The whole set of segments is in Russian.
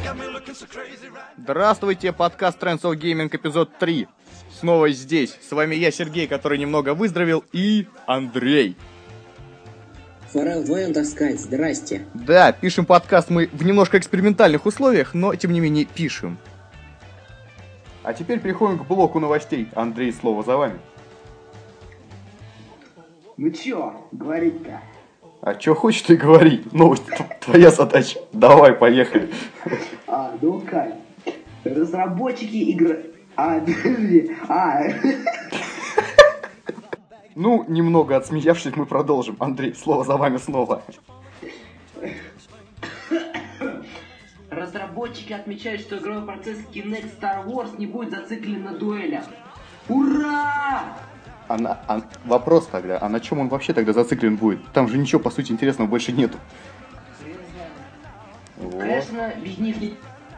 Здравствуйте, подкаст Trends of Gaming, эпизод 3. Снова здесь. С вами я, Сергей, который немного выздоровел, и Андрей. Форел вдвоем, так сказать, здрасте. Да, пишем подкаст мы в немножко экспериментальных условиях, но тем не менее пишем. А теперь переходим к блоку новостей. Андрей, слово за вами. Ну чё, говорить-то? А чё хочешь ты говорить? Новость твоя задача. Давай, поехали. Ну как? Разработчики игры... Ну, немного отсмеявшись, мы продолжим. Андрей, слово за вами снова. Разработчики отмечают, что игровой процесс Kinect Star Wars не будет зациклен на дуэлях. Ура! Вопрос тогда, а на чем он вообще тогда зациклен будет? Там же ничего, по сути, интересного больше нету. Конечно, без них не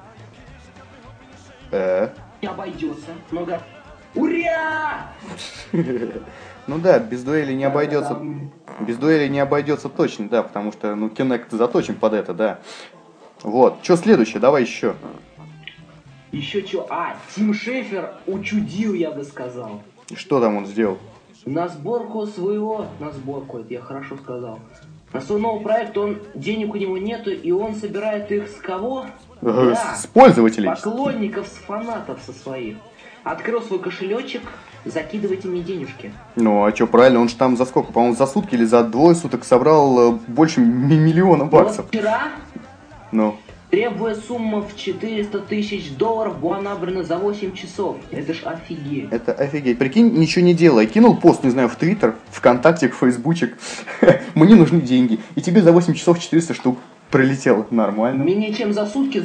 обойдется. Много... Ура! Ну да, без дуэли не обойдется. Без дуэли не обойдется точно, да, потому что, Kinect заточен под это, да. Вот. Что следующее? Давай еще. Еще что? Тим Шефер учудил, я бы сказал. Что там он сделал? На сборку, это я хорошо сказал. На свой новый проект денег у него нету, и он собирает их с кого? С пользователей. Поклонников, с фанатов со своих. Открыл свой кошелечек, закидывайте мне денежки. Ну, а что, правильно, он же там за сколько? По-моему, за сутки или за двое суток собрал больше миллиона баксов. Вот вчера, ну. Требуя сумма в $400 тысяч, была набрана за 8 часов. Это ж офигеть. Это офигеть. Прикинь, ничего не делай. Кинул пост, не знаю, в Твиттер, ВКонтакте, в Фейсбучек. Мне нужны деньги. И тебе за 8 часов 400 штук прилетело. Нормально. Менее чем за сутки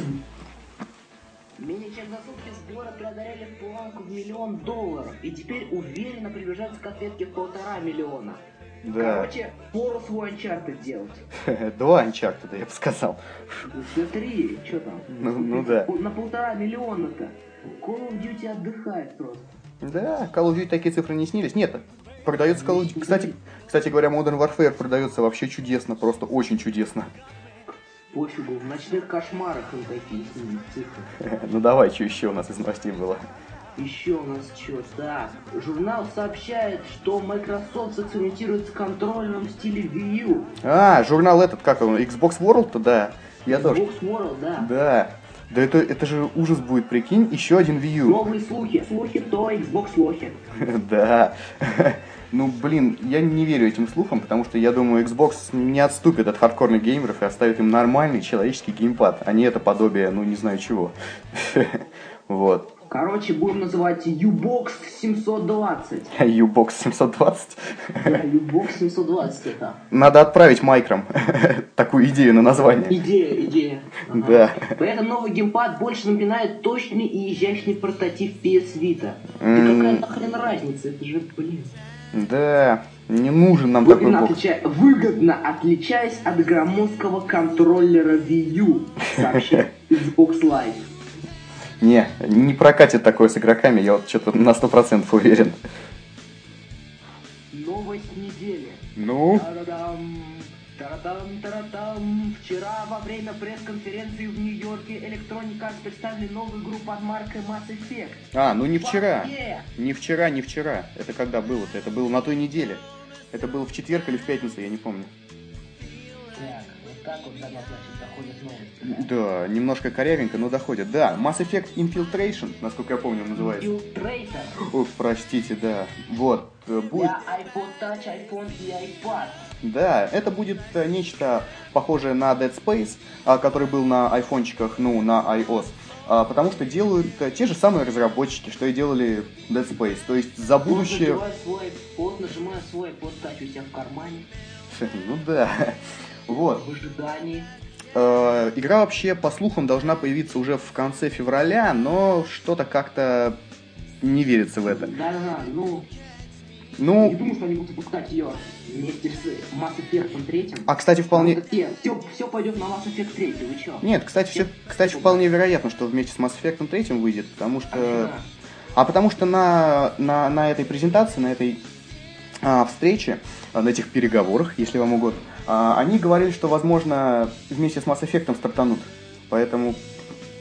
сборы преодолели планку в $1 миллион. И теперь уверенно приближаются к ответке в $1,5 миллиона. Да. Короче, пору свой Uncharted делать. 2 Uncharted, я бы сказал. Да 3, что там? Ну да. На $1,5 миллиона-то. Call of Duty отдыхает просто. Да, Call of Duty такие цифры не снились. Нет, продается Call of Duty. Кстати говоря, Modern Warfare продается вообще чудесно, просто очень чудесно. Пофигу, в ночных кошмарах он такие снились цифры. Ну давай, что еще у нас из новостей было? Еще у нас что? Так, журнал сообщает, что Microsoft экспериментирует с контроллером в стиле Wii U. Журнал этот, как он, Xbox World-то, да. Я тоже. Xbox World, да. Да. Да это же ужас будет, прикинь, еще один Wii U. Новые слухи, то Xbox лохи. Да. Ну, блин, я не верю этим слухам, потому что я думаю, Xbox не отступит от хардкорных геймеров и оставит им нормальный человеческий геймпад, а не это подобие, не знаю чего. Вот. Короче, будем называть U-Box 720. U-Box 720? Да, U-Box 720 это. Надо отправить майкрам такую идею на название. Идея. Ага. Да. При этом новый геймпад больше напоминает точный и изящный прототип PS Vita. Да какая нахрен разница, это же, блин. Да, не нужен нам такой бокс. Выгодно отличаясь от громоздкого контроллера Wii U, сообщает Xbox Live. Не прокатит такое с игроками, я вот что-то на 100% уверен. Новость недели. Ну? Таратам. Вчера во время пресс-конференции в Нью-Йорке Electronic Arts представили новую игру под маркой Mass Effect. Не вчера. Не вчера. Это когда было-то? Это было на той неделе. Это было в четверг или в пятницу, я не помню. Так, вот так вот до нас, значит, доходят новости. Да, немножко корявенько, но доходят. Да, Mass Effect Infiltration, насколько я помню, называется. Infiltrator. Ох, простите, да. Вот, будет... Для iPod Touch, iPhone и iPad. Да, это будет нечто похожее на Dead Space, который был на айфончиках, на iOS. Потому что делают те же самые разработчики, что и делали Dead Space. То есть за будущее... Нажимаю свой iPod Touch у себя в кармане. Ну да. Вот. В ожидании. Игра вообще, по слухам, должна появиться уже в конце февраля, но что-то как-то не верится в это. Да, не думаю, что они будут выпускать ее вместе с Mass Effect 3. Кстати, вполне... Все пойдет на Mass Effect 3, вы чё? Нет, кстати, вполне вероятно, что вместе с Mass Effect 3 выйдет, потому что... Потому что на этой презентации, на этой встрече, на этих переговорах, если вам угодно, они говорили, что, возможно, вместе с Mass Effect стартанут. Поэтому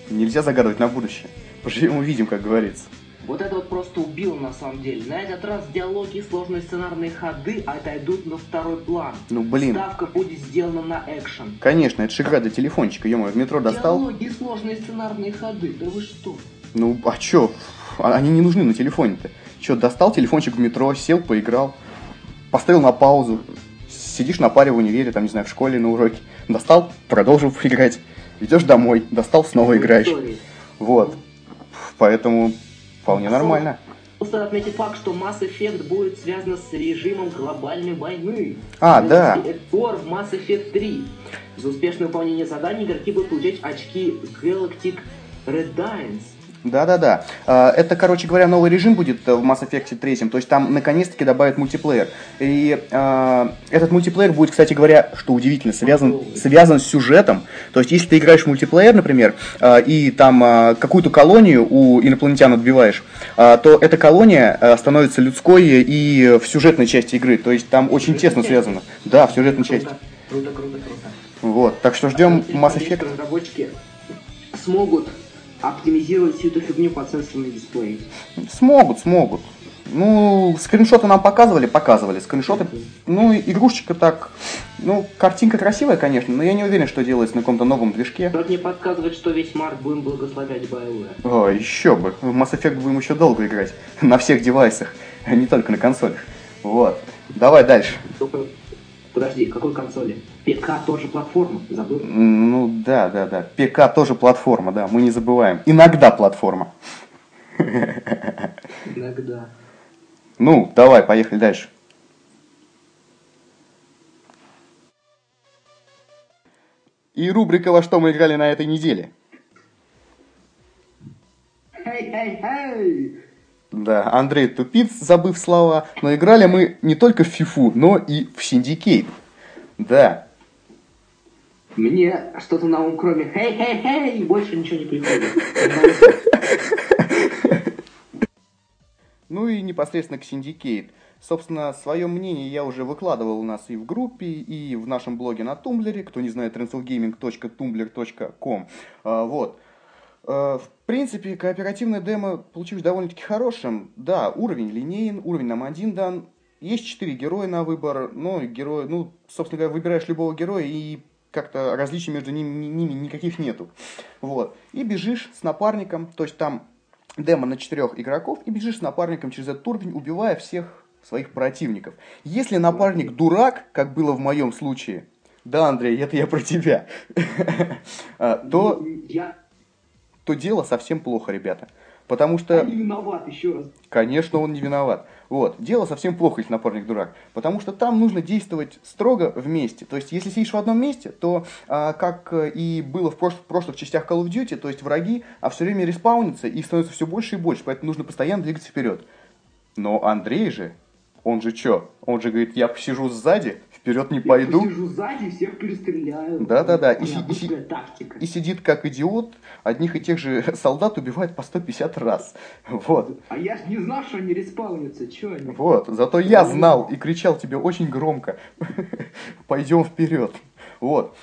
Нельзя загадывать на будущее. Поживем увидим, как говорится. Вот это вот просто убило на самом деле. На этот раз диалоги и сложные сценарные ходы отойдут на второй план. Ну блин. Ставка будет сделана на экшен. Конечно, это же игра для телефончика, ё-моё, в метро достал. Диалоги и сложные сценарные ходы, да вы что? Ну, а чё? Они не нужны на телефоне-то. Чё, достал телефончик в метро, сел, поиграл, поставил на паузу. Сидишь на паре в универе, там, не знаю, в школе на уроке. Достал, продолжил играть. Идешь домой, достал, снова играешь. Вот. Поэтому вполне нормально. Стоит отметить факт, что Mass Effect будет связан с режимом глобальной войны. Да. Tor в Mass Effect 3. За успешное выполнение заданий игроки будут получать очки Galactic Redines. Да. Это, короче говоря, новый режим будет в Mass Effect 3, то есть там наконец-таки добавят мультиплеер. И этот мультиплеер будет, кстати говоря, что удивительно, связан с сюжетом. То есть если ты играешь в мультиплеер, например, и там какую-то колонию у инопланетян отбиваешь, то эта колония становится людской и в сюжетной части игры. То есть там очень тесно связано. Да, в сюжетной части. Круто. Вот, так что ждем Mass Effect. Разработчики смогут оптимизировать всю эту фигню под сенсорный дисплей. Смогут. Ну, скриншоты нам показывали. Скриншоты, ну, игрушечка так, ну, картинка красивая, конечно, но я не уверен, что делается на каком-то новом движке. Что-то мне подсказывает, что весь март будем благословлять BioWare. О, еще бы. В Mass Effect будем еще долго играть. На всех девайсах, а не только на консолях. Вот. Давай дальше. Подожди, какой консоли? ПК тоже платформа, забыл? Ну, да. ПК тоже платформа, да, мы не забываем. Иногда платформа. Иногда. Ну, давай, поехали дальше. И рубрика «Во что мы играли на этой неделе». Эй! Да, Андрей тупиц, забыв слова, но играли мы не только в FIFA, но и в Syndicate. Да. Мне что-то на ум, кроме «Хей!» больше ничего не приходит. Ну и непосредственно к Syndicate. Собственно, свое мнение я уже выкладывал у нас и в группе, и в нашем блоге на Тумблере. Кто не знает, transalgaming.tumblr.com. Вот. В принципе, кооперативное демо получилось довольно-таки хорошим. Да, уровень линеен, уровень нам один дан. Есть 4 героя на выбор, но герой, собственно говоря, выбираешь любого героя, и как-то различий между ними никаких нету. Вот. И бежишь с напарником, то есть там демо на 4 игроков, и бежишь с напарником через этот уровень, убивая всех своих противников. Если напарник дурак, как было в моем случае, да, Андрей, это я про тебя, то дело совсем плохо, ребята. Потому что... Он не виноват, еще раз. Конечно, он не виноват. Вот. Дело совсем плохо, если напарник дурак. Потому что там нужно действовать строго вместе. То есть, если сидишь в одном месте, то, как и было в прошлых частях Call of Duty, то есть враги все время респаунятся и становится все больше и больше. Поэтому нужно постоянно двигаться вперед. Но Андрей же, он же что? Он же говорит, я посижу сзади, вперед не пойду. Я посижу сзади, всех перестреляю. Да. И сидит как идиот, одних и тех же солдат убивает по 150 раз. Вот. А я ж не знал, что они респаунятся, чё они? Вот, зато я знал и кричал тебе очень громко. Пойдем вперед. Вот.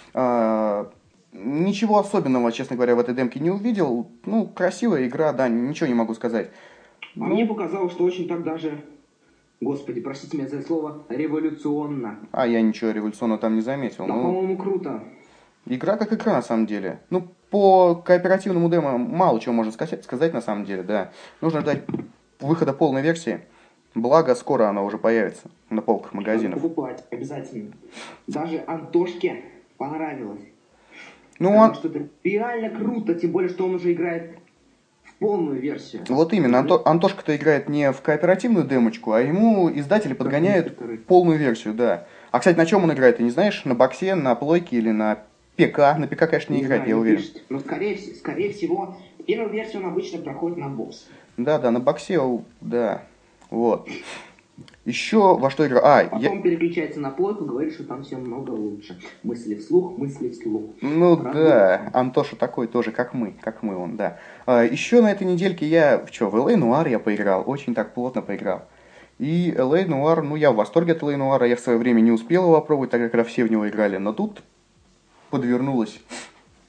Ничего особенного, честно говоря, в этой демке не увидел. Ну, красивая игра, да, ничего не могу сказать. Мне показалось, что очень так даже... Господи, простите меня за это слово, революционно. Я ничего революционного там не заметил. Да, по-моему, круто. Игра как игра, на самом деле. Ну, по кооперативному демо мало чего можно сказать, на самом деле, да. Нужно ждать выхода полной версии. Благо, скоро она уже появится на полках магазинов. Надо покупать, обязательно. Даже Антошке понравилось. Потому что это реально круто, тем более, что он уже играет... полную версию. Вот именно. Антошка-то играет не в кооперативную демочку, а ему издатели подгоняют полную версию, да. А, кстати, на чем он играет, ты не знаешь? На боксе, на плойке или на ПК? На ПК, конечно, не играет, я уверен. Но, скорее всего, первую версию он обычно проходит на бокс. Да, на боксе, да. Вот. Еще во что играл? Потом переключается на плойку, говорит, что там все много лучше. Мысли вслух, мысли вслух. Ну да, Антоша такой тоже, как мы он, да. Еще на этой недельке я в LA Noire я поиграл, очень так плотно поиграл. И LA Noire, я в восторге от LA Noire, я в свое время не успел его попробовать, так как все в него играли, но тут подвернулась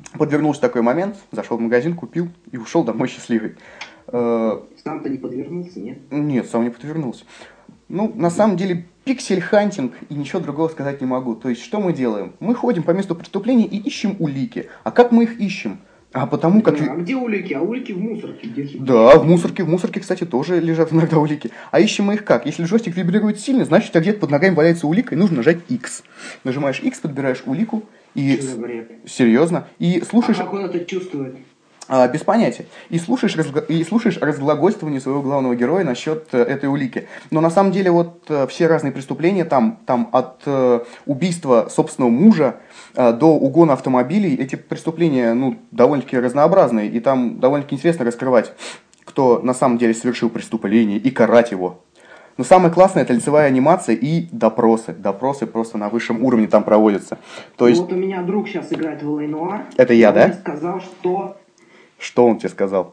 подвернулся такой момент, зашел в магазин, купил и ушел домой счастливый. Сам-то не подвернулся, нет? Нет, сам не подвернулся. Ну, на самом деле, пиксель-хантинг и ничего другого сказать не могу. То есть, что мы делаем? Мы ходим по месту преступления и ищем улики. А как мы их ищем? А потому как... А где улики? А улики в мусорке держи. Да, в мусорке, кстати, тоже лежат иногда улики. А ищем мы их как? Если джойстик вибрирует сильно, значит, где-то под ногами валяется улика, и нужно нажать X. Нажимаешь X, подбираешь улику, и... Что за бред? Серьезно. И слушаешь... А как он это чувствует? Без понятия. И слушаешь разглагольствование своего главного героя насчет этой улики. Но на самом деле вот все разные преступления, там от убийства собственного мужа до угона автомобилей, эти преступления, ну, довольно-таки разнообразные. И там довольно-таки интересно раскрывать, кто на самом деле совершил преступление, и карать его. Но самое классное — это лицевая анимация и допросы. Допросы просто на высшем уровне там проводятся. То есть... Вот у меня друг сейчас играет в Л.А. Нуар. Это я, да? Он мне сказал, что Что он тебе сказал?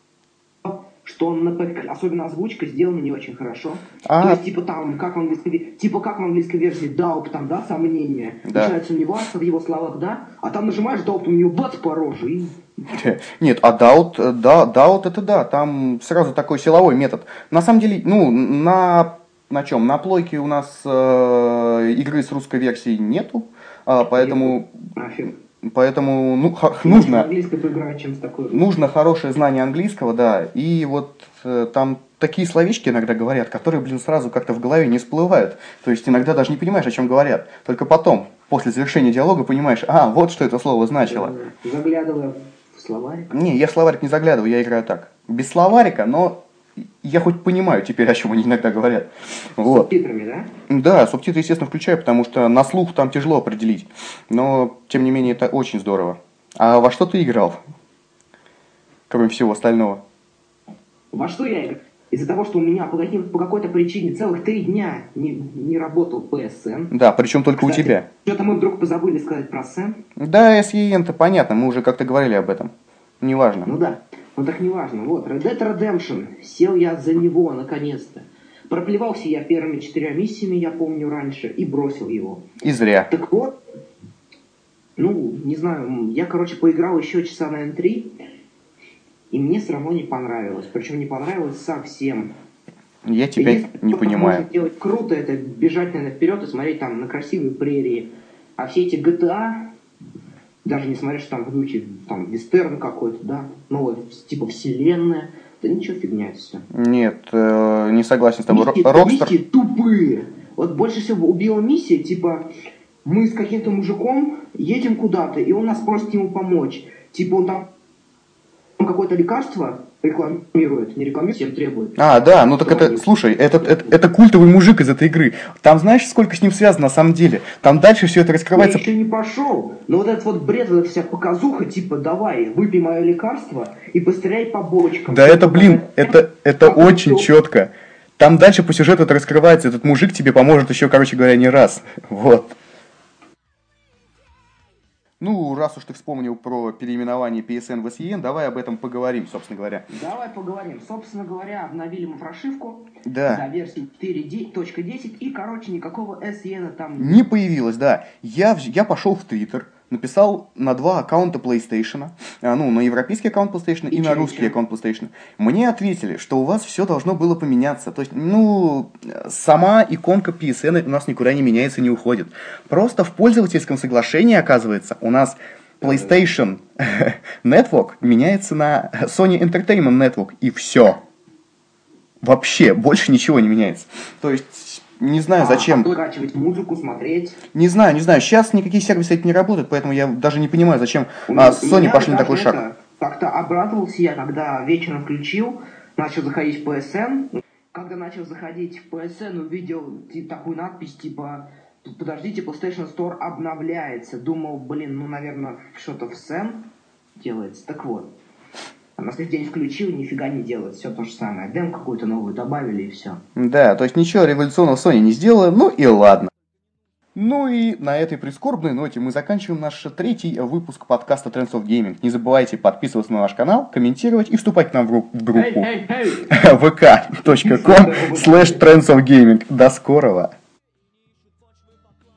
он, особенно озвучка, сделана не очень хорошо. А. То есть, типа, там, как в английской версии, doubt, там, да, сомнение. Да. Начинается сомневаться в его словах, да, а там нажимаешь doubt, у него бац по роже. И... Нет, а Daut это да, там сразу такой силовой метод. На самом деле, ну, на чем? На плойке у нас игры с русской версией нету, поэтому... Нафиг. Поэтому нужно поиграть, чем с такой. Нужно хорошее знание английского, да. И вот там такие словечки иногда говорят, которые, блин, сразу как-то в голове не всплывают. То есть иногда даже не понимаешь, о чем говорят. Только потом, после завершения диалога, понимаешь, вот что это слово значило. Заглядывая в словарик? Не, я в словарик не заглядываю, я играю так. Без словарика, но я хоть понимаю теперь, о чем они иногда говорят. Вот. С субтитрами, да? Да, субтитры, естественно, включаю, потому что на слух там тяжело определить. Но, тем не менее, это очень здорово. А во что ты играл? Кроме всего остального. Во что я играл? Из-за того, что у меня по какой-то причине целых 3 дня не работал PSN. Да, причем только Кстати, у тебя. Что-то мы вдруг позабыли сказать про SN. Да, SEN-то понятно, мы уже как-то говорили об этом. Неважно. Ну да, ну так неважно. Вот, Red Dead Redemption. Сел я за него, наконец-то. Проплевался я первыми 4 миссиями, я помню, раньше, и бросил его. И зря. Так вот, ну, не знаю, я, поиграл еще часа, наверное, 3, и мне все равно не понравилось. Причем не понравилось совсем. Я тебя Если не понимаю. Может делать круто, это бежать, наверное, вперед и смотреть там на красивые прерии. А все эти GTA, даже несмотря, что там в духе там вестерн какой-то, да, новая типа вселенная, да ничего, фигня это все. Нет, не согласен с тобой. Миссии тупые. Вот больше всего убила миссия, типа, мы с каким-то мужиком едем куда-то, и он нас просит ему помочь. Типа он там какое-то лекарство рекламирует, не рекламирует, всем требует. Да, ну так это, слушай, это культовый мужик из этой игры. Там знаешь, сколько с ним связано на самом деле? Там дальше все это раскрывается. Я еще не пошел. Но вот этот вот бред, вот эта вся показуха, типа, давай, выпей мое лекарство и постреляй по бочкам. Да это, блин, это очень четко. Там дальше по сюжету это раскрывается, этот мужик тебе поможет еще, короче говоря, не раз. Вот. Ну, раз уж ты вспомнил про переименование PSN в SEN, давай об этом поговорим, собственно говоря. Давай поговорим. Собственно говоря, обновили мы прошивку до версии 4.10, и, никакого SEN там не появилось, да. Я пошел в Twitter, написал на 2 аккаунта PlayStation, на европейский аккаунт PlayStation и на русский аккаунт PlayStation. Мне ответили, что у вас все должно было поменяться. То есть, сама иконка PSN у нас никуда не меняется, не уходит. Просто в пользовательском соглашении, оказывается, у нас PlayStation Network меняется на Sony Entertainment Network, и все. Вообще, больше ничего не меняется. То есть, не знаю, зачем. Скачивать музыку, смотреть. Не знаю. Сейчас никакие сервисы эти не работают, поэтому я даже не понимаю, зачем Sony пошли на такой шаг. Как-то обрадовался я, когда вечером включил, начал заходить в PSN. Когда начал заходить в PSN, увидел такую надпись, типа, подождите, PlayStation Store обновляется. Думал, наверное, что-то в SN делается. Так вот. А на следующий день включил, нифига не делает, все то же самое. Дем какую-то новую добавили и все. Да, то есть ничего революционного Sony не сделала, ну и ладно. Ну и на этой прискорбной ноте мы заканчиваем наш 3-й выпуск подкаста Trends of Gaming. Не забывайте подписываться на наш канал, комментировать и вступать к нам в группу vk.com/trendsofgaming. До скорого!